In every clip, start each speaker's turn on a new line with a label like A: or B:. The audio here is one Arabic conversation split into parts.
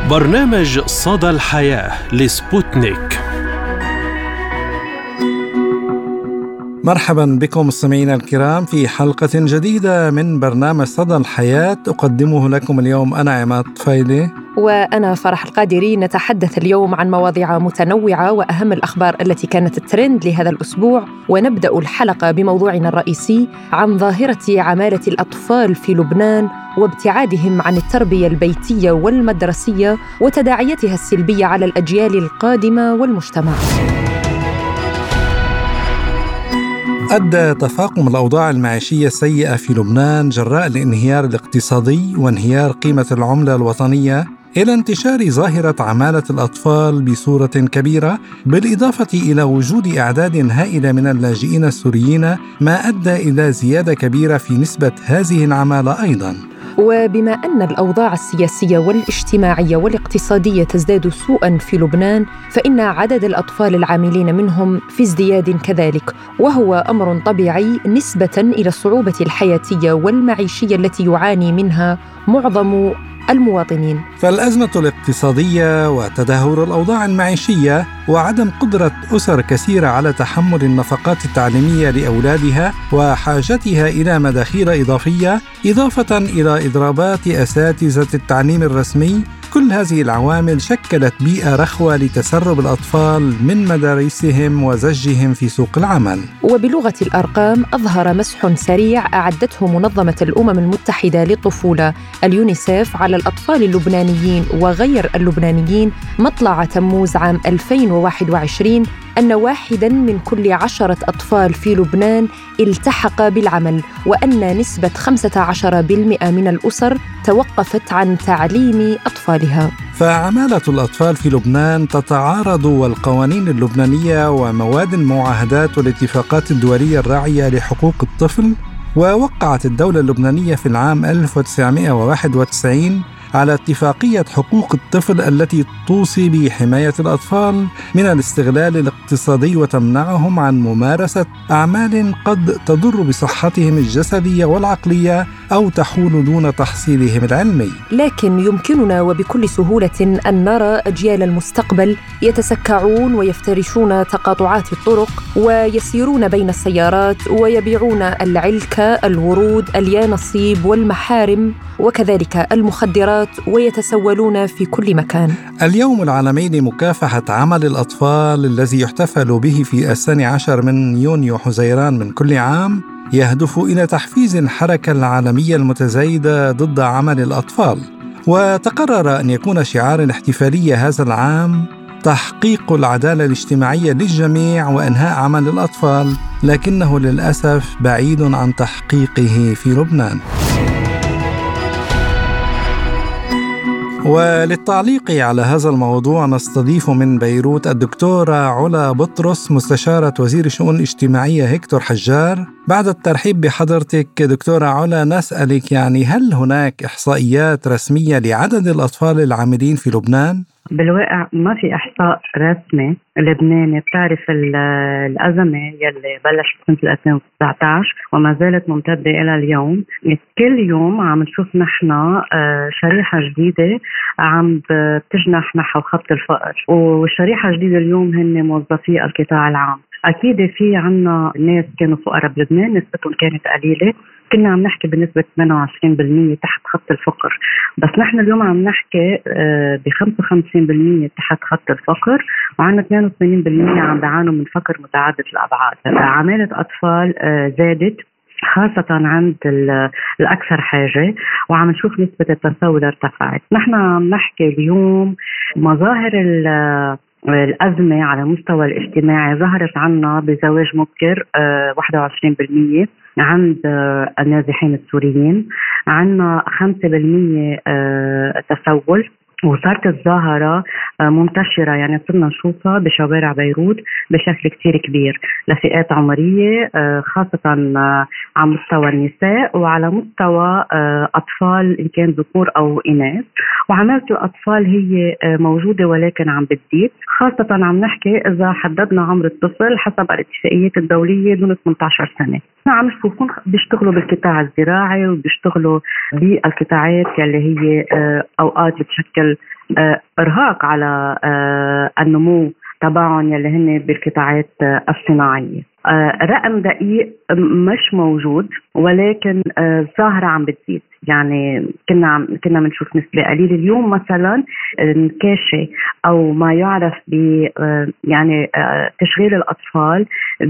A: برنامج صدى الحياة لسبوتنيك.
B: مرحبا بكم مستمعينا الكرام في حلقة جديدة من برنامج صدى الحياة، أقدمه لكم اليوم أنا عماد طفيلي
C: وأنا فرح القادري. نتحدث اليوم عن مواضيع متنوعة وأهم الأخبار التي كانت الترند لهذا الأسبوع، ونبدأ الحلقة بموضوعنا الرئيسي عن ظاهرة عمالة الأطفال في لبنان وابتعادهم عن التربية البيتية والمدرسية وتداعياتها السلبية على الأجيال القادمة والمجتمع.
B: أدى تفاقم الأوضاع المعيشية السيئة في لبنان جراء الانهيار الاقتصادي وانهيار قيمة العملة الوطنية إلى انتشار ظاهرة عمالة الأطفال بصورة كبيرة، بالإضافة إلى وجود أعداد هائلة من اللاجئين السوريين، ما أدى إلى زيادة كبيرة في نسبة هذه العمالة أيضاً.
C: وبما أن الأوضاع السياسية والاجتماعية والاقتصادية تزداد سوءاً في لبنان، فإن عدد الأطفال العاملين منهم في ازدياد كذلك، وهو أمر طبيعي نسبة إلى الصعوبة الحياتية والمعيشية التي يعاني منها معظم المواطنين.
B: فالأزمة الاقتصادية وتدهور الأوضاع المعيشية وعدم قدرة أسر كثيرة على تحمل النفقات التعليمية لأولادها وحاجتها إلى مداخيل إضافية، إضافة إلى إضرابات أساتذة التعليم الرسمي، كل هذه العوامل شكلت بيئة رخوة لتسرب الأطفال من مدارسهم وزجهم في سوق العمل.
C: وبلغة الأرقام، أظهر مسح سريع أعدته منظمة الأمم المتحدة للطفولة اليونيسيف على الأطفال اللبنانيين وغير اللبنانيين مطلع تموز عام 2021 أن 1 من كل 10 أطفال في لبنان التحق بالعمل، وأن نسبة 15% من الأسر توقفت عن تعليم أطفالها.
B: فعمالة الأطفال في لبنان تتعارض، والقوانين اللبنانية ومواد المعاهدات والاتفاقات الدولية الراعية لحقوق الطفل. ووقعت الدولة اللبنانية في العام 1991 على اتفاقية حقوق الطفل التي توصي بحماية الأطفال من الاستغلال الاقتصادي وتمنعهم عن ممارسة أعمال قد تضر بصحتهم الجسدية والعقلية أو تحول دون تحصيلهم العلمي.
C: لكن يمكننا وبكل سهولة أن نرى أجيال المستقبل يتسكعون ويفترشون تقاطعات الطرق ويسيرون بين السيارات ويبيعون العلكة، الورود، اليانصيب والمحارم وكذلك المخدرات، ويتسولون في كل مكان.
B: اليوم العالمي لمكافحة عمل الأطفال الذي يحتفل به في 12 من يونيو حزيران من كل عام يهدف إلى تحفيز الحركة العالمية المتزايدة ضد عمل الأطفال. وتقرر أن يكون شعار الاحتفالية هذا العام تحقيق العدالة الاجتماعية للجميع وإنهاء عمل الأطفال، لكنه للأسف بعيد عن تحقيقه في لبنان. وللتعليق على هذا الموضوع نستضيف من بيروت الدكتورة علا بطرس، مستشارة وزير الشؤون الاجتماعية هيكتور حجار. بعد الترحيب بحضرتك دكتورة علا، نسألك هل هناك إحصائيات رسمية لعدد الأطفال العاملين في لبنان؟
D: بالواقع ما في إحصاء رسمي لبناني. بتعرف الأزمة يلي بلشت سنة 2019 وما زالت ممتدة إلى اليوم. كل يوم عم نشوف نحن شريحة جديدة عم بتجنح نحو خط الفقر، والشريحة الجديدة اليوم هن موظفي القطاع العام. أكيد في عنا ناس كانوا فقراء بلبنان نسبتهم كانت قليلة، كنا عم نحكي بنسبة 28% تحت خط الفقر، بس نحن اليوم عم نحكي ب55% تحت خط الفقر، وعنا 82% عم بيعانوا من فقر متعدد الأبعاد. عمالة أطفال زادت خاصة عند الأكثر حاجة، وعم نشوف نسبة التسول ارتفعت. نحن عم نحكي اليوم مظاهر الأزمة على المستوى الاجتماعي ظهرت عنا بزواج مبكر 21% عند النازحين السوريين، عنا 5% تسول، وصارت الظاهرة منتشرة، صرنا نشوفها بشوارع بيروت بشكل كتير كبير لفئات عمرية، خاصة على مستوى النساء وعلى مستوى أطفال إن كان ذكور أو إناث. وعمالة الأطفال هي موجودة ولكن عم بتزيد، خاصة عم نحكي إذا حددنا عمر الطفل حسب الاتفاقيات الدولية دون 18 سنة. عم نشوفهم بيشتغلوا بالقطاع الزراعي وبيشتغلوا بالقطاعات اللي هي أوقات بتشكل إرهاق على النمو تبعهم يلي هن بالقطاعات الصناعية. رقم دقيق مش موجود، ولكن ظاهرة عم بتزيد. يعني كنا بنشوف نسبة قليلة. اليوم مثلا نكاشي أو ما يعرف ب يعني تشغيل الأطفال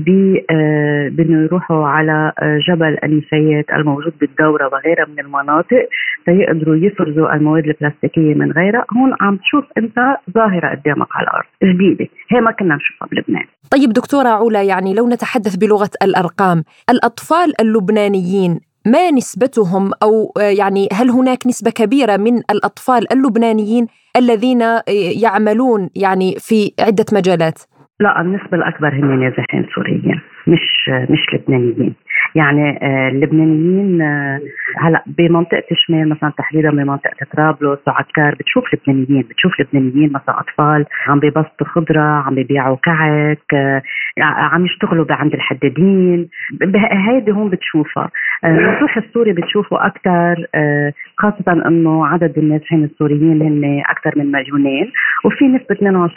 D: بأنه يروحوا على جبل النفايات الموجود بالدورة وغيرها من المناطق فيقدروا يفرزوا المواد البلاستيكية من غيرها. هون عم تشوف أنت ظاهرة قدامك على الأرض جديدة، هي ما كنا نشوفها بلبنان.
C: طيب دكتورة علا، يعني لو نتحدث بلغة الأرقام، الأطفال اللبنانيين ما نسبتهم، أو يعني هل هناك نسبة كبيرة من الأطفال اللبنانيين الذين يعملون يعني في عدة مجالات؟
D: لا، النسبة الأكبر هم نازحين سوريين، مش لبنانيين. يعني اللبنانيين هلا بمنطقة الشمال مثلا، تحديدا بمنطقة طرابلس وعكار، بتشوف لبنانيين مثلا أطفال عم بيبسطوا خضرة، عم بيبيعوا كعك، عم يشتغلوا عند الحدادين. هيدي هون بتشوفها. المسرح السوري بتشوفه أكثر، خاصة أنه عدد النازحين السوريين هن أكثر من 2 مليون، وفي نسبة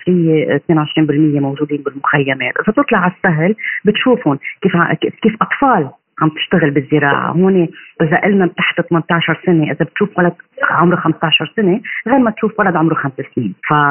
D: 22% موجودين بالمخيمات. إذا تطلع على السهل بتشوفهم كيف أطفال عم تشتغل بالزراعة. هون إذا قلنا تحت 18 سنة، إذا بتشوف ولد عمره 15 سنة غير ما تشوف ولد عمره 5 سنين.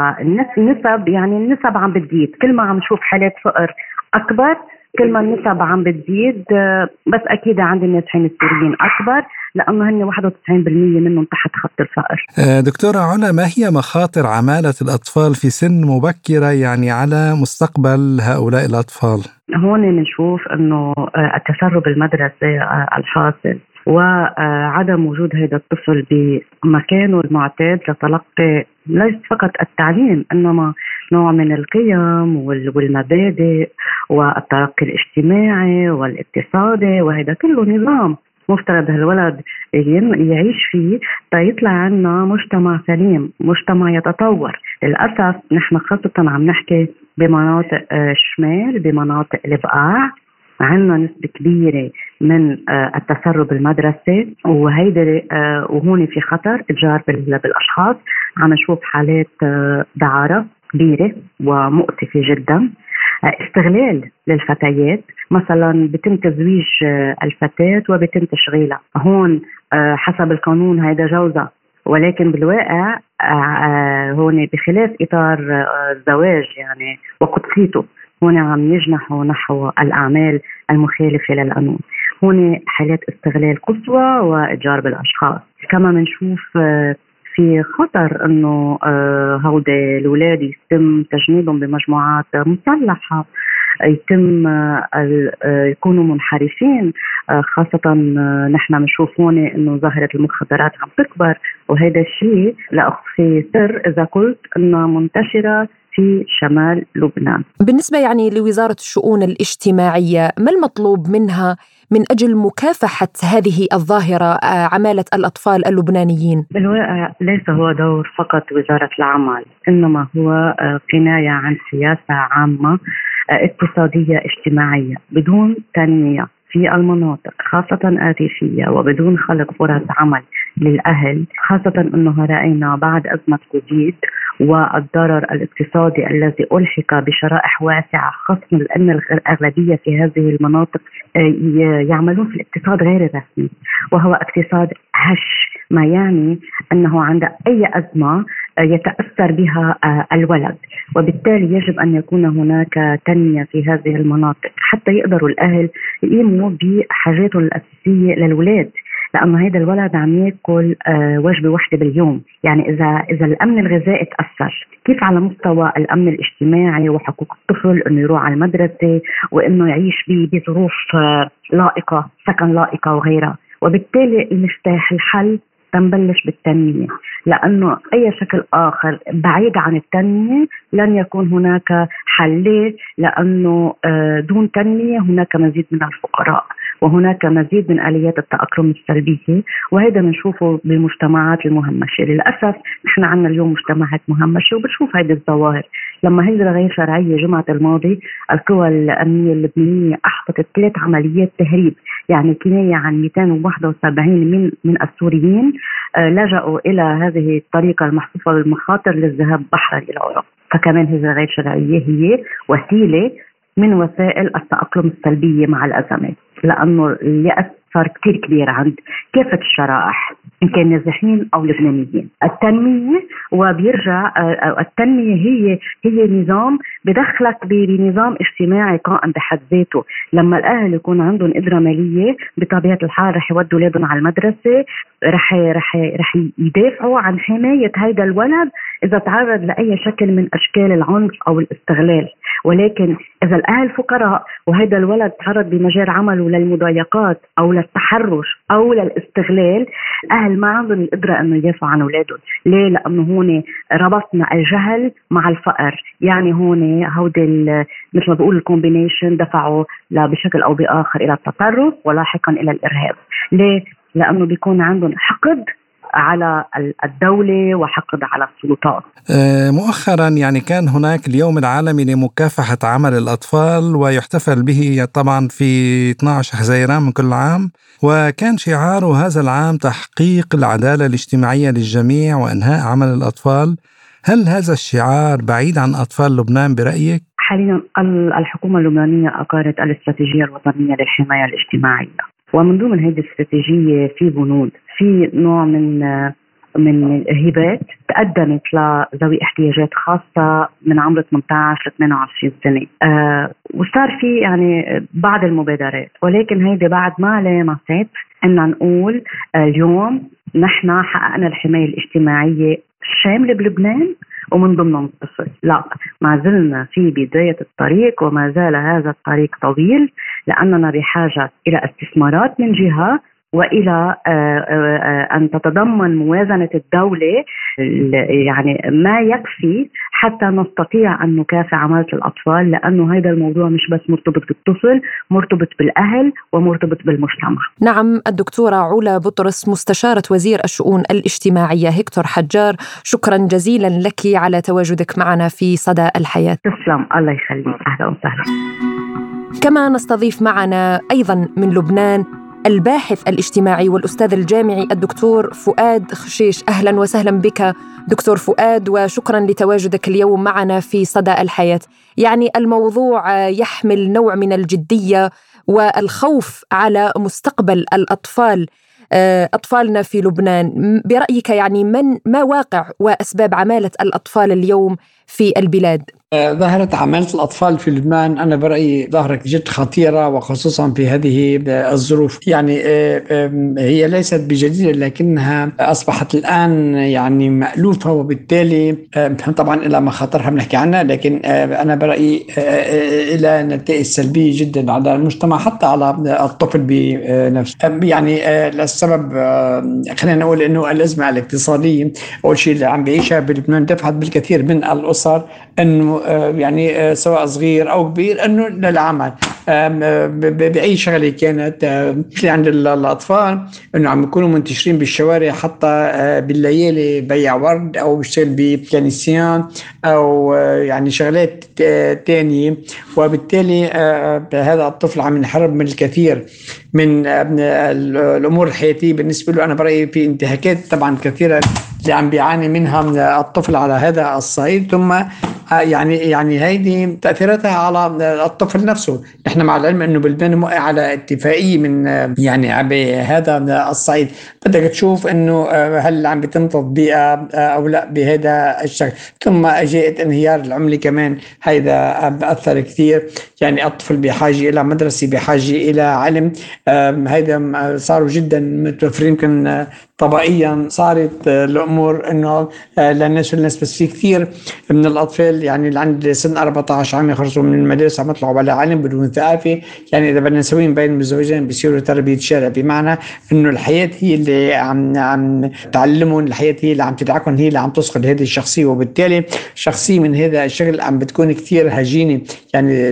D: النسب عم بتزيد. كل ما عم نشوف حالات فقر أكبر كل ما النسب عم بتزيد. بس أكيد عند النازحين السوريين أكبر، لأنه هن 91% منهم تحت خط الفقر.
B: دكتورة علا، ما هي مخاطر عمالة الأطفال في سن مبكرة يعني على مستقبل هؤلاء الأطفال؟
D: هون بنشوف أنه التسرب المدرسي الحاصل وعدم وجود هذا الطفل بمكانه المعتاد لتلقي ليس فقط التعليم، إنما نوع من القيم والمبادئ والترقي الاجتماعي والاقتصادي، وهذا كله نظام مفترض هالولد يعيش فيه يطلع عنا مجتمع سليم، مجتمع يتطور. للأسف نحن خاصة عم نحكي بمناطق الشمال، بمناطق البقاع، عندنا نسبة كبيرة من التسرب المدرسي، وهون في خطر إتجار بالأشخاص. عم نشوف حالات دعارة كبيرة ومؤسفة جدا، استغلال للفتيات. مثلا بتم تزويج الفتاة وبتم تشغيلها. هون حسب القانون هيدا جوزها، ولكن بالواقع هون بخلاف إطار الزواج يعني وقدسيته، هون عم يجنحوا نحو الأعمال المخالفة للقانون. هون حالات استغلال قسوة وإتجار بالأشخاص. كما منشوف في خطر انه هؤلاء الاولاد يتم تجنيدهم بمجموعات مسلحه، يتم يكونوا منحرفين. خاصه نحن بنشوف هون انه ظاهره المخدرات عم تكبر، وهذا الشيء لا اخفي سر اذا قلت انها منتشره في شمال لبنان.
C: بالنسبة يعني لوزارة الشؤون الاجتماعية، ما المطلوب منها من أجل مكافحة هذه الظاهرة، عمالة الأطفال اللبنانيين؟
D: بالواقع ليس هو دور فقط وزارة العمل، إنما هو كناية عن سياسة عامة اقتصادية اجتماعية. بدون تنمية في المناطق خاصة الريفية وبدون خلق فرص عمل للأهل، خاصة أنه رأينا بعد أزمة كوفيد والضرر الاقتصادي الذي ألحق بشرائح واسعة، خاصة لأن الأغلبية في هذه المناطق يعملون في الاقتصاد غير الرسمي، وهو اقتصاد هش، ما يعني أنه عند أي أزمة يتأثر بها الولد، وبالتالي يجب أن يكون هناك تنمية في هذه المناطق حتى يقدروا الأهل يقيموا بحاجاتهم الأساسية للولاد، لأنه هذا الولد عم يأكل وجبة واحدة باليوم. يعني إذا الأمن الغذائي تأثر، كيف على مستوى الأمن الاجتماعي وحقوق الطفل إنه يروح على المدرسة وإنه يعيش بظروف لائقة، سكن لائقة وغيرها. وبالتالي المفتاح الحل تنبلش بالتنمية، لأنه أي شكل آخر بعيد عن التنمية لن يكون هناك حل، لأنه دون تنمية هناك مزيد من الفقراء، وهناك مزيد من آليات التأقلم السلبية، وهذا بنشوفه بالمجتمعات المهمشة. للأسف نحن عندنا اليوم مجتمعات مهمشة وبنشوف هذه الظواهر. لما هجرة غير شرعية جمعة الماضي، القوى الأمنية اللبنانية أحبطت 3 عمليات تهريب، يعني كناية عن 271 من السوريين لجأوا إلى هذه الطريقة المحفوفة بالمخاطر للذهاب بحرا إلى أوروبا. فكمان هجرة غير شرعية هي وسيلة من وسائل التأقلم السلبية مع الأزمات، لأنه اليأس صار كتير كبير عند كافة الشرائح إن كان نازحين أو لبنانيين. التنمية وبيرجع التنمية هي نظام بدخلك بنظام اجتماعي قائم بحد ذاته. لما الأهل يكون عندهم قدرة مالية بطبيعة الحال رح يودوا أولادهم على المدرسة، رح يدافعوا عن حماية هذا الولد إذا تعرض لأي شكل من أشكال العنف أو الاستغلال. ولكن إذا الأهل فقراء وهذا الولد تعرض بمجال عمله للمضايقات أو للتحرش أو للاستغلال، أهل ما عندهم القدرة أنه يدافعوا عن أولادهم. ليه؟ لأنه هون ربطنا الجهل مع الفقر، يعني هون هودي مثل ما بقول الكومبينيشن دفعوا بشكل أو بآخر إلى التطرف ولاحقا إلى الإرهاب. ليه؟ لأنه بيكون عندهم حقد على الدولة وحقد على السلطات.
B: مؤخرا يعني كان هناك اليوم العالمي لمكافحة عمل الأطفال، ويحتفل به طبعا في 12 حزيران من كل عام، وكان شعار هذا العام تحقيق العدالة الاجتماعية للجميع وإنهاء عمل الأطفال. هل هذا الشعار بعيد عن أطفال لبنان برأيك؟ حاليا
D: الحكومة اللبنانية أقرت الاستراتيجية الوطنية للحماية الاجتماعية، ومن ضمن هذه الاستراتيجية في بنود، في نوع من هبات تقدمت لذوي احتياجات خاصة من عمر 18 ل 28 سنة. وصار في يعني بعض المبادرات، ولكن هيدي بعد ما لمست أن نقول اليوم نحن حققنا الحماية الاجتماعية الشاملة بلبنان ومن ضمنهم الطفل. لا، ما زلنا في بداية الطريق وما زال هذا الطريق طويل، لأننا بحاجة إلى استثمارات من جهة وإلى أن تتضمن موازنة الدولة يعني ما يكفي حتى نستطيع أن نكافح عمالة الأطفال، لأنه هذا الموضوع مش بس مرتبط بالطفل، مرتبط بالأهل ومرتبط بالمجتمع.
C: نعم، الدكتورة علا بطرس مستشارة وزير الشؤون الاجتماعية هيكتور حجار، شكرا جزيلا لك على تواجدك معنا في صدى الحياة.
D: تسلم، الله يخليك، أهلا وسهلا.
C: كما نستضيف معنا أيضا من لبنان الباحث الاجتماعي والأستاذ الجامعي الدكتور فؤاد خشيش. أهلا وسهلا بك دكتور فؤاد، وشكرا لتواجدك اليوم معنا في صدى الحياة. يعني الموضوع يحمل نوع من الجدية والخوف على مستقبل الأطفال، أطفالنا في لبنان. برأيك يعني ما واقع وأسباب عمالة الأطفال اليوم في البلاد؟
E: ظاهرة عمالة الأطفال في لبنان أنا برأيي ظاهرة جد خطيرة، وخصوصا في هذه الظروف. يعني هي ليست بجديدة، لكنها أصبحت الآن يعني مألوفة، وبالتالي طبعا إلى مخاطرها بنحكي عنها، لكن أنا برأيي إلى نتائج سلبية جدا على المجتمع، حتى على الطفل بنفسه. يعني للسبب خلينا نقول إنه الأزمة الاقتصادية أول شيء اللي عم بيعيشها بلبنان دفعت بالكثير من الأسر إنه يعني سواء صغير أو كبير إنه للعمل بأي شغلة كانت عند الأطفال، إنه عم يكونوا منتشرين بالشوارع، حتى بالليالي بيع ورد أو بيشتغل بكنيسيان أو يعني شغلات تانية. وبالتالي هذا الطفل عم ينحرم من الكثير من الأمور الحياتية بالنسبة له. أنا برأيي في انتهاكات طبعا كثيرة اللي عم بيعاني منها الطفل على هذا الصعيد، ثم يعني هيدي تأثيراتها على الطفل نفسه. نحن مع العلم انه بلبنان موقع على اتفاقية من يعني بهذا الصعيد، بدك تشوف انه هل عم بيتم تطبيقها او لا بهذا الشكل. ثم جاءت انهيار العملة كمان، هذا بأثر كثير. يعني الطفل بحاجة الى مدرسة، بحاجة الى علم، هذا صاروا جدا متوفرين. يمكن طبيعيا صارت الامور انه للناس بس في كثير من الاطفال يعني اللي عند سن 14 عام يخرجوا من المدرسه عم يطلعوا على علم بدون ثقافه. يعني اذا بدنا نسويهم بين المتزوجين بيصيروا تربيه شارع، بمعنى انه الحياه هي اللي عم تعلمهم، الحياه هي اللي عم تدعكهم، هي اللي عم تصقل هذه الشخصيه، وبالتالي شخصيه من هذا الشغل عم بتكون كثير هجينه. يعني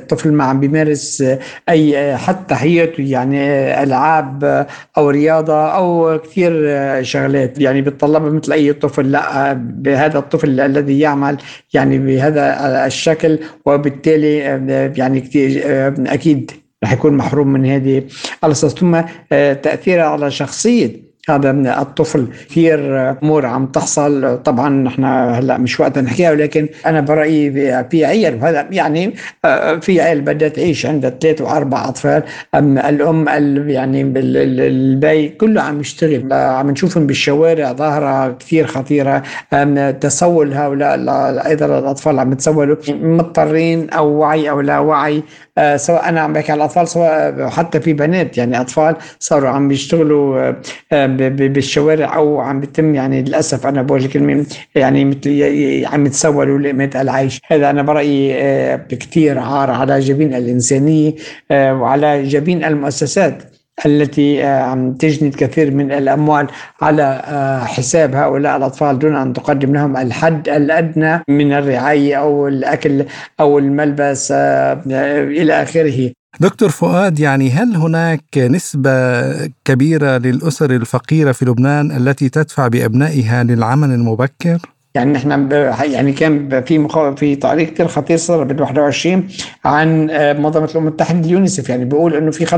E: الطفل ما عم بيمارس أي حتى حياته، يعني ألعاب أو رياضة أو كثير شغلات يعني بتطلبها مثل أي طفل. لا، بهذا الطفل الذي يعمل يعني بهذا الشكل، وبالتالي يعني كثير أكيد رح يكون محروم من هذه القصص. ثم تأثيرها على شخصية هذا من الطفل. كثير امور عم تحصل، طبعا نحن هلا مش وقت نحكيها، ولكن انا برايي في عيال، وهذا يعني في عيال بدها تعيش عندها 3 و4 اطفال، الام يعني البي كله عم يشتغل، عم نشوفهم بالشوارع ظاهره كثير خطيره. تسول هؤلاء ايضا الاطفال عم يتسولوا، مضطرين او وعي او لا وعي. سواء انا عم بحكي على الاطفال، سواء حتى في بنات يعني اطفال صاروا عم بيشتغلوا بالشوارع، او عم بيتم يعني للاسف انا بقول كلمه يعني مثل عم يتسولوا لقمه العيش. هذا انا برايي كثير عار على جبين الانسانيه وعلى جبين المؤسسات التي عم تجني الكثير من الأموال على حساب هؤلاء الأطفال دون أن تقدم لهم الحد الأدنى من الرعاية أو الأكل أو الملبس إلى آخره.
B: دكتور فؤاد، يعني هل هناك نسبة كبيرة للأسر الفقيرة في لبنان التي تدفع بأبنائها للعمل المبكر؟
E: يعني نحن يعني كان في تعليق كثير خطير صار بال 21 عن منظمة الأمم المتحدة اليونيسف، يعني بيقول إنه في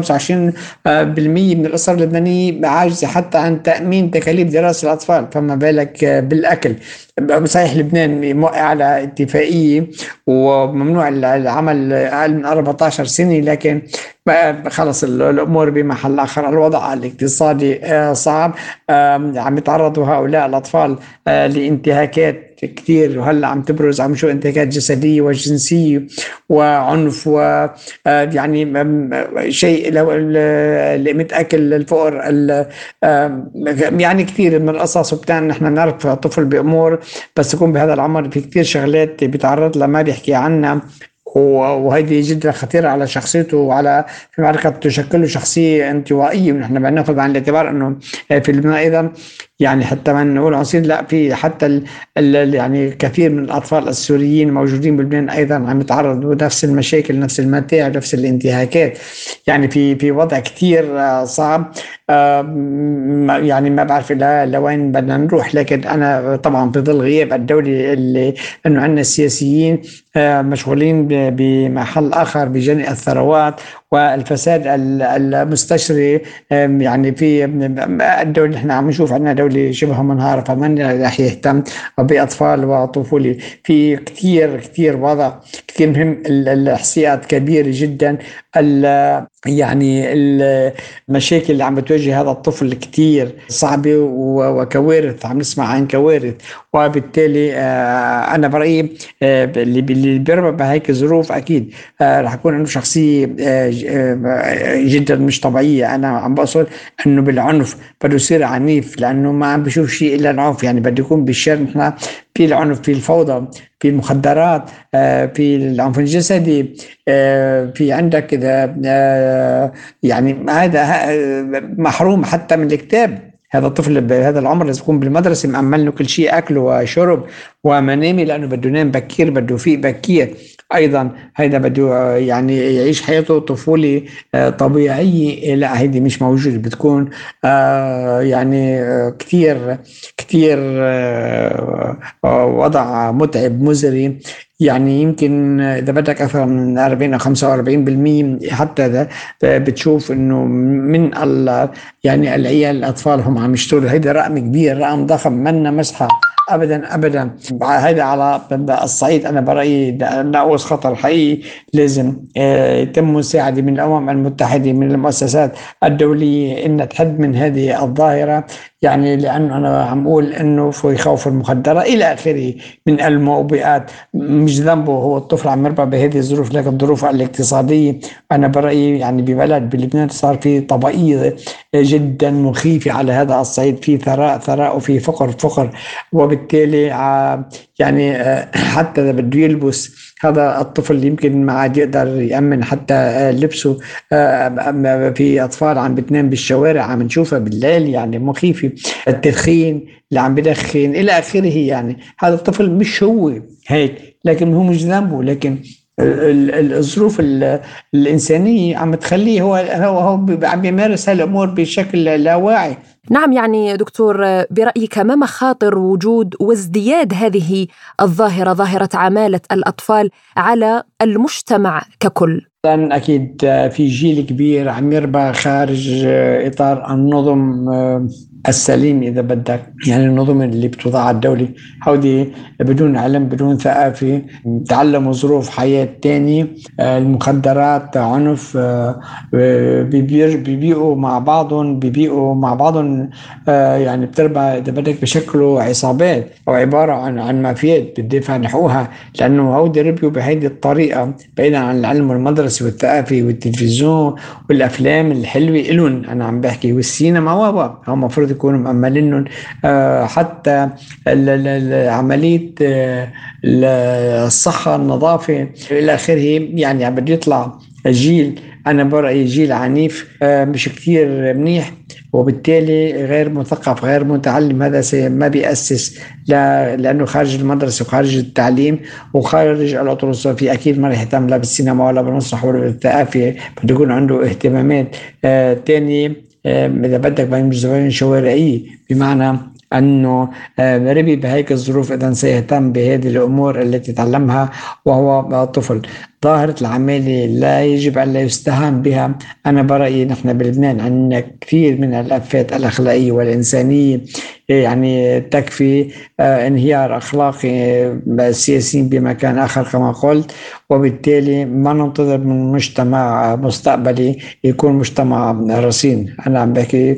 E: 25% من الأسر اللبنانية عاجزة حتى عن تأمين تكاليف دراسة الأطفال، فما بالك بالأكل. صحيح لبنان موقع على اتفاقية وممنوع العمل أقل من 14 سنة، لكن خلص الأمور بمحل آخر. الوضع الاقتصادي صعب، عم يتعرضوا هؤلاء الأطفال لانتهاكات كتير، وهلا عم تبرز عم شو انتهاكات جسدية وجنسية وعنف، ويعني شيء اللي متأكل الفقر يعني كثير من القصص. وبتاعنا نحن نعرف طفل بأمور بس يكون بهذا العمر في كثير شغلات بيتعرض لها ما بيحكي عنها، وهذه جدا خطيرة على شخصيته وعلى في معركة تشكله شخصية انطوائية. ونحن بناخذ بعين الاعتبار انه في لبنان ايضا يعني حتى ما نقول عنصريين، لا، في حتى يعني كثير من الاطفال السوريين موجودين بلبنان ايضا عم يتعرضوا لنفس المشاكل، نفس المتاعب، نفس الانتهاكات. يعني في وضع كثير صعب. يعني ما بعرف لوين بدنا نروح، لكن انا طبعا في ظل غياب الدولة اللي انه عندنا السياسيين مشغولين بمحل آخر بجني الثروات والفساد المستشري. يعني في الدولة نحن عم نشوف عندنا دولة شبه منهارة، فمن رح يهتم بأطفال وطفولة. في كثير وضع كثير مهم، الإحصائيات كبيرة جدا، يعني المشاكل اللي عم بتواجه هذا الطفل كتير صعبة وكوارث، عم نسمع عن كوارث. وبالتالي أنا برأيي اللي بيربى بهيك ظروف أكيد رح يكون عنده شخصية جدا مش طبيعية. أنا عم بقصد أنه بالعنف بده يصير عنيف، لأنه ما عم بشوف شيء إلا العنف. يعني بده يكون بالشر، نحن في العنف، في الفوضى، في المخدرات، في العنف الجسدي، في عندك إذا يعني هذا محروم حتى من الكتاب. هذا الطفل بهذا العمر لازم يكون بالمدرسة مأمن له كل شيء، أكل وشرب ومنامي، لأنه بده ينام بكير، بده يفيق بكير. أيضا هذا بده يعني يعيش حياته طفولة طبيعية، لا هيدي مش موجودة، بتكون يعني كتير وضع متعب مزري. يعني يمكن إذا بدك أكثر من 40 أو 45% حتى إذا بتشوف إنه من يعني العيال الأطفال هم عم يشتغلوا. هيدا رقم كبير، رقم ضخم، منا مسحة أبدا. هذا على الصعيد أنا برأيي ناقوس خطر حقيقي، لازم يتم مساعدة من الأمم المتحدة، من المؤسسات الدولية، إن تحد من هذه الظاهرة. يعني لأنه أنا عم أقول إنه في خوف المخدرات إلى آخره من الموبئات، مش ذنبه، هو الطفل عم يربى بهذه الظروف، لكن الظروف الاقتصادية أنا برأيي يعني ببلد بلبنان صار في طبقية جدا مخيفة على هذا الصعيد، في ثراء وفي فقر. وبالتالي يعني حتى إذا بده يلبس هذا الطفل يمكن ما عاد يقدر يأمن حتى لبسه. في أطفال عم بتنام بالشوارع عم نشوفها بالليل، يعني مخيفة. التدخين اللي عم بدخن إلى آخره. يعني هذا الطفل مش هو هيك، لكن هو مش ذنبه، لكن الظروف الإنسانية عم تخليه هو عم يمارس هالأمور بشكل لا واعي.
C: نعم، يعني دكتور، برأيك ما مخاطر وجود وازدياد هذه الظاهرة، ظاهرة عمالة الأطفال، على المجتمع ككل؟
E: أكيد في جيل كبير عم يربى خارج إطار النظم السليم إذا بدك، يعني النظم اللي بتوضع الدولة، هودي بدون علم بدون ثقافة، تعلموا ظروف حياة تانية، المخدرات، عنف، بيبيئوا مع بعضهم يعني بتربى إذا بدك بشكله عصابات أو عبارة عن مافيات بتدافع عن حقوقها، لأنه هودي ربيوا بهيدي الطريقة بعيدا عن العلم والمدرسة والثقافة والتلفزيون والأفلام الحلوة إلهم. أنا عم بحكي والسينما هم مفروض يكونوا مأملينهم حتى عملية الصحة، النظافة إلى آخره. يعني عم بده يطلع جيل، أنا برأيي جيل عنيف، مش كتير منيح، وبالتالي غير مثقف غير متعلم. هذا ما بيأسس لأنه خارج المدرسة وخارج التعليم وخارج الأطر الصوفية، أكيد ما رح يهتم لا بالسينما ولا بالمسرح ولا بالثقافة، بده يكون عنده اهتمامات تانية إذا بدك بين شوارعية، بمعنى أنه ربي بهيك الظروف إذا سيهتم بهذه الأمور التي تعلمها وهو طفل. ظاهرة العمالة لا يجب أن لا يستهان بها. أنا برأيي نحن بلبنان عندنا كثير من الآفات الأخلاقية والإنسانية يعني تكفي انهيار أخلاقي السياسيين بمكان آخر كما قلت، وبالتالي ما ننتظر من مجتمع مستقبلي يكون مجتمع رصين. أنا عم بحكي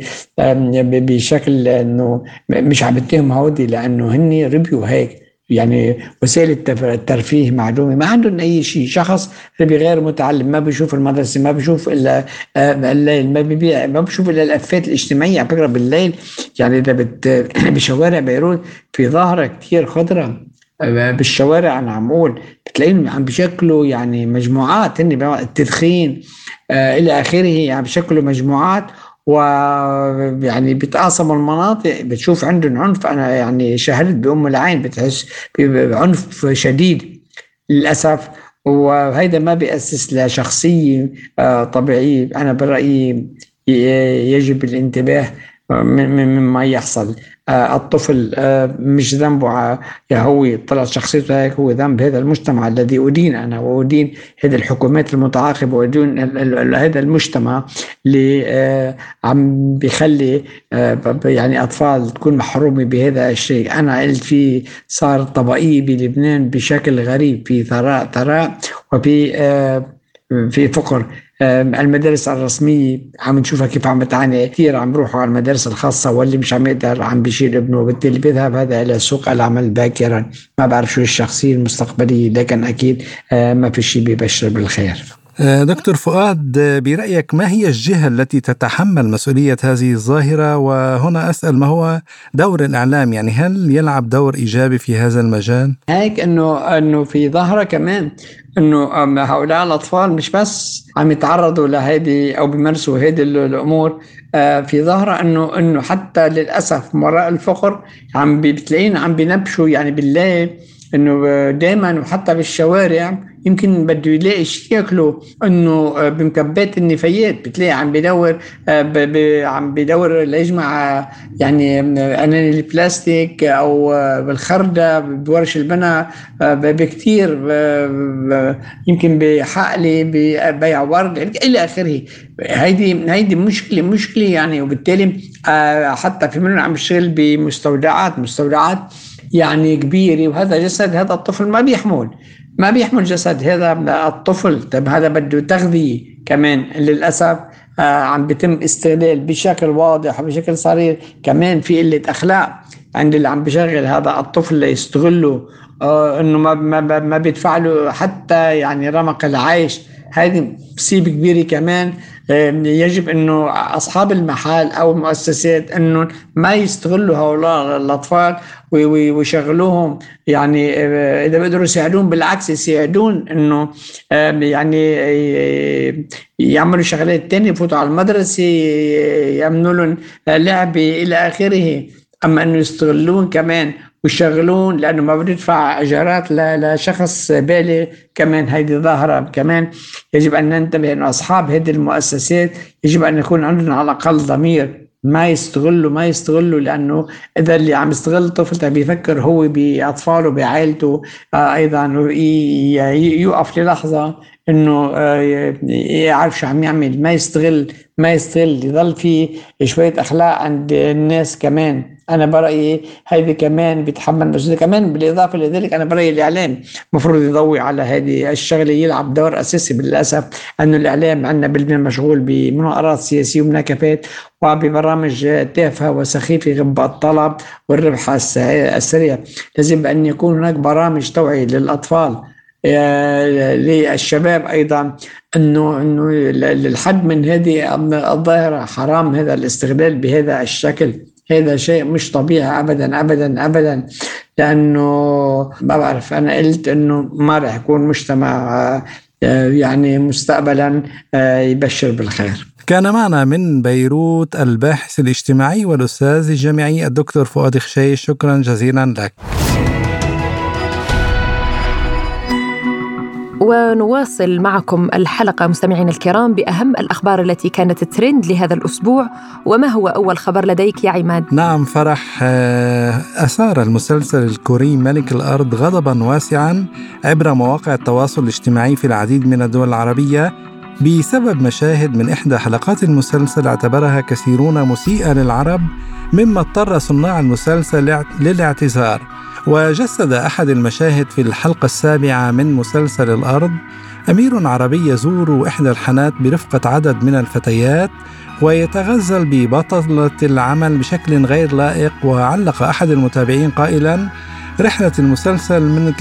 E: بشكل أنه مش عم بتهم هودي لأنه هني ربيوا هيك، يعني وسائل الترفيه معلومة، ما عندهم أي شيء. شخص ربي غير متعلم ما بيشوف المدرسة، ما بيشوف إلا الليل، ما بيشوف إلا الأفات الاجتماعية. على فكرة بالليل يعني إذا بشوارع بيروت في ظاهرة كتير خضرة بالشوارع، أنا عم أقول بتلاقيهم عم بشكلوا يعني مجموعات، التدخين إلى آخره، يعني بشكلوا مجموعات، ويعني بتقاسموا المناطق، بتشوف عندهم عنف. أنا يعني شاهدت بأم العين، بتحس بعنف شديد للأسف، وهذا ما بيأسس لشخصية طبيعية. أنا برأيي يجب الانتباه مما يحصل. الطفل مش ذنبه هو طلع شخصيته هيك، هو ذنب هذا المجتمع الذي أدين أنا وأدين هذه الحكومات المتعاقبة وأدين هذا المجتمع اللي عم بيخلي يعني أطفال تكون محرومة بهذا الشيء. أنا قلت في صار طبقية بلبنان بشكل غريب، في ثراء وفي فقر. المدارس الرسمية عم نشوفها كيف عم بتعاني كثير، عم بروحوا على المدارس الخاصة، واللي مش عم يقدر عم بيشيل ابنه، وبالتالي بيذهب هذا إلى سوق العمل باكرا. ما بعرف شو الشخصية المستقبلية، لكن أكيد ما في شيء بيبشر بالخير.
B: دكتور فؤاد، برأيك ما هي الجهة التي تتحمل مسؤولية هذه الظاهرة؟ وهنا أسأل ما هو دور الإعلام، يعني هل يلعب دور إيجابي في هذا المجال؟
E: هيك إنه في ظاهرة كمان إنه هؤلاء الأطفال مش بس عم يتعرضوا لهذه أو بيمارسوا هذه الأمور، في ظاهرة إنه حتى للأسف وراء الفقر عم بتلاقين عم بينبشوا يعني بالليل، إنه دائما وحتى بالشوارع يمكن بده يلاقي شيء ياكله، انه بمكبات النفايات بتلاقي عم بدور ليجمع يعني اناني البلاستيك او بالخردة بورش البناء بكتير، يمكن بحقلي ببيع ورد الى اخره. هيدي مشكله يعني، وبالتالي حتى في منهم عم يشتغل بمستودعات يعني كبيره، وهذا جسد هذا الطفل ما بيحمل جسد هذا الطفل. طيب هذا بده تغذية كمان، للأسف عم بيتم استغلال بشكل واضح وبشكل صريح. كمان في قلة أخلاق عند اللي عم بيشغل هذا الطفل ليستغله، إنه ما بيدفع له حتى يعني رمق العيش. هذه مصيبة كبيرة كمان. يجب إنه أصحاب المحال أو المؤسسات إنه ما يستغلوا هؤلاء الأطفال ويشغلوهم، يعني إذا بيقدروا يساعدون بالعكس يساعدون إنه يعني يعملوا شغلات تانية، يفوتوا على المدرسة، يعملوا لهم لعبة إلى آخره. أما إنه يستغلون كمان ويشغلون، لأنه ما بندفع إيجارات لشخص بالغ. كمان هذه ظاهرة كمان يجب أن ننتبه أن أصحاب هذه المؤسسات يجب أن يكون عندنا على الأقل ضمير، ما يستغلوا لأنه إذا اللي عم يستغل طفل بيفكر هو بأطفاله بعائلته أيضا، يوقف للحظة إنه يعرف شو عم يعمل، ما يستغل يظل في شوية أخلاق عند الناس. كمان أنا برأيي هذه كمان بيتحمل مسؤولية. كمان بالإضافة لذلك أنا برأيي الإعلام مفروض يضوي على هذه الشغلة، يلعب دور أساسي. بالأسف أنه الإعلام عندنا بلدنا مشغول بمناقرات سياسية ومناكفات وببرامج تافهة وسخيفة غباء الطلب والربح السريع. لازم أن يكون هناك برامج توعية للأطفال للشباب أيضا، أنه للحد من هذه الظاهرة حرام هذا الاستغلال بهذا الشكل. هذا شيء مش طبيعي أبدا أبدا أبدا، لأنه ما بعرف، أنا قلت أنه ما رح يكون مجتمع يعني مستقبلا يبشر بالخير.
B: كان معنا من بيروت الباحث الاجتماعي والأستاذ الجامعي الدكتور فؤاد خشي، شكرا جزيلا لك.
C: ونواصل معكم الحلقة مستمعين الكرام بأهم الأخبار التي كانت ترند لهذا الأسبوع. وما هو أول خبر لديك يا عماد؟
B: نعم فرح، أثار المسلسل الكوري ملك الأرض غضبا واسعا عبر مواقع التواصل الاجتماعي في العديد من الدول العربية بسبب مشاهد من إحدى حلقات المسلسل اعتبرها كثيرون مسيئة للعرب، مما اضطر صناع المسلسل للاعتذار. وجسد أحد المشاهد في الحلقة 7 من مسلسل الأرض أمير عربي يزور إحدى الحانات برفقة عدد من الفتيات ويتغزل ببطلة العمل بشكل غير لائق. وعلق أحد المتابعين قائلا: رحلة المسلسل من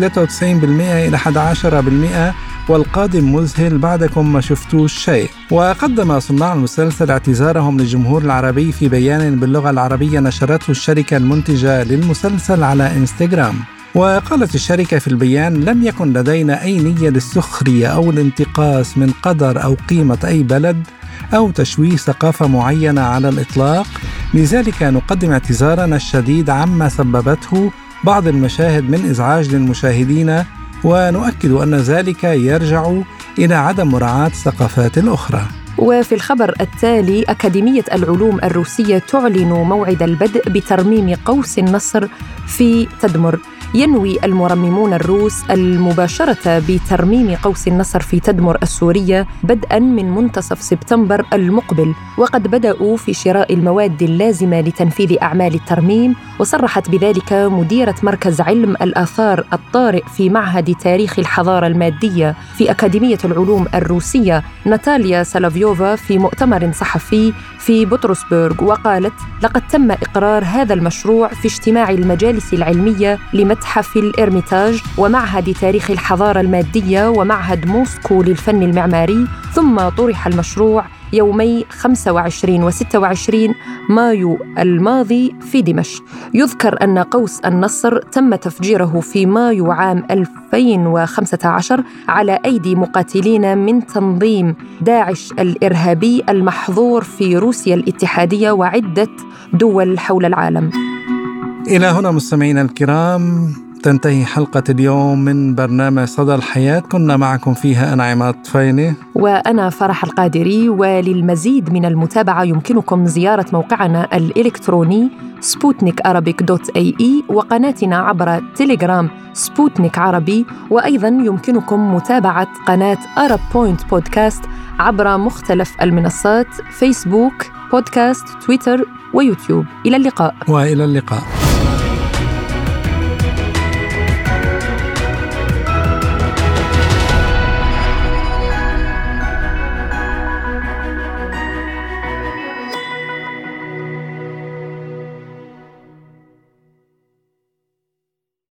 B: 93% إلى 11%، والقادم مذهل، بعدكم ما شفتوش شيء. وقدم صناع المسلسل اعتذارهم للجمهور العربي في بيان باللغة العربية نشرته الشركة المنتجة للمسلسل على إنستغرام. وقالت الشركة في البيان: لم يكن لدينا أي نية للسخرية أو الانتقاص من قدر أو قيمة أي بلد أو تشويه ثقافة معينة على الإطلاق، لذلك نقدم اعتذارنا الشديد عما سببته بعض المشاهد من إزعاج للمشاهدين، ونؤكد أن ذلك يرجع إلى عدم مراعاة الثقافات الأخرى.
C: وفي الخبر التالي، أكاديمية العلوم الروسية تعلن موعد البدء بترميم قوس النصر في تدمر. ينوي المرممون الروس المباشرة بترميم قوس النصر في تدمر السورية بدءاً من منتصف سبتمبر المقبل، وقد بدأوا في شراء المواد اللازمة لتنفيذ أعمال الترميم. وصرحت بذلك مديرة مركز علم الآثار الطارئ في معهد تاريخ الحضارة المادية في أكاديمية العلوم الروسية ناتاليا سلافيوفا في مؤتمر صحفي في بطرسبرغ، وقالت: لقد تم إقرار هذا المشروع في اجتماع المجالس العلمية لمتحف الإرميتاج ومعهد تاريخ الحضارة المادية ومعهد موسكو للفن المعماري، ثم طرح المشروع يومي 25 و 26 مايو الماضي في دمشق. يذكر أن قوس النصر تم تفجيره في مايو عام 2015 على أيدي مقاتلين من تنظيم داعش الإرهابي المحظور في روسيا الاتحادية وعدة دول حول العالم.
B: إلى هنا مستمعينا الكرام تنتهي حلقة اليوم من برنامج صدى الحياة. كنا معكم فيها أنا عماد طفيلي
C: وأنا فرح القادري. وللمزيد من المتابعة يمكنكم زيارة موقعنا الإلكتروني sputnikarabic.ae وقناتنا عبر تيليجرام سبوتنيك عربي، وأيضا يمكنكم متابعة قناة أرب بوينت بودكاست عبر مختلف المنصات: فيسبوك، بودكاست، تويتر ويوتيوب. إلى اللقاء.
B: وإلى اللقاء.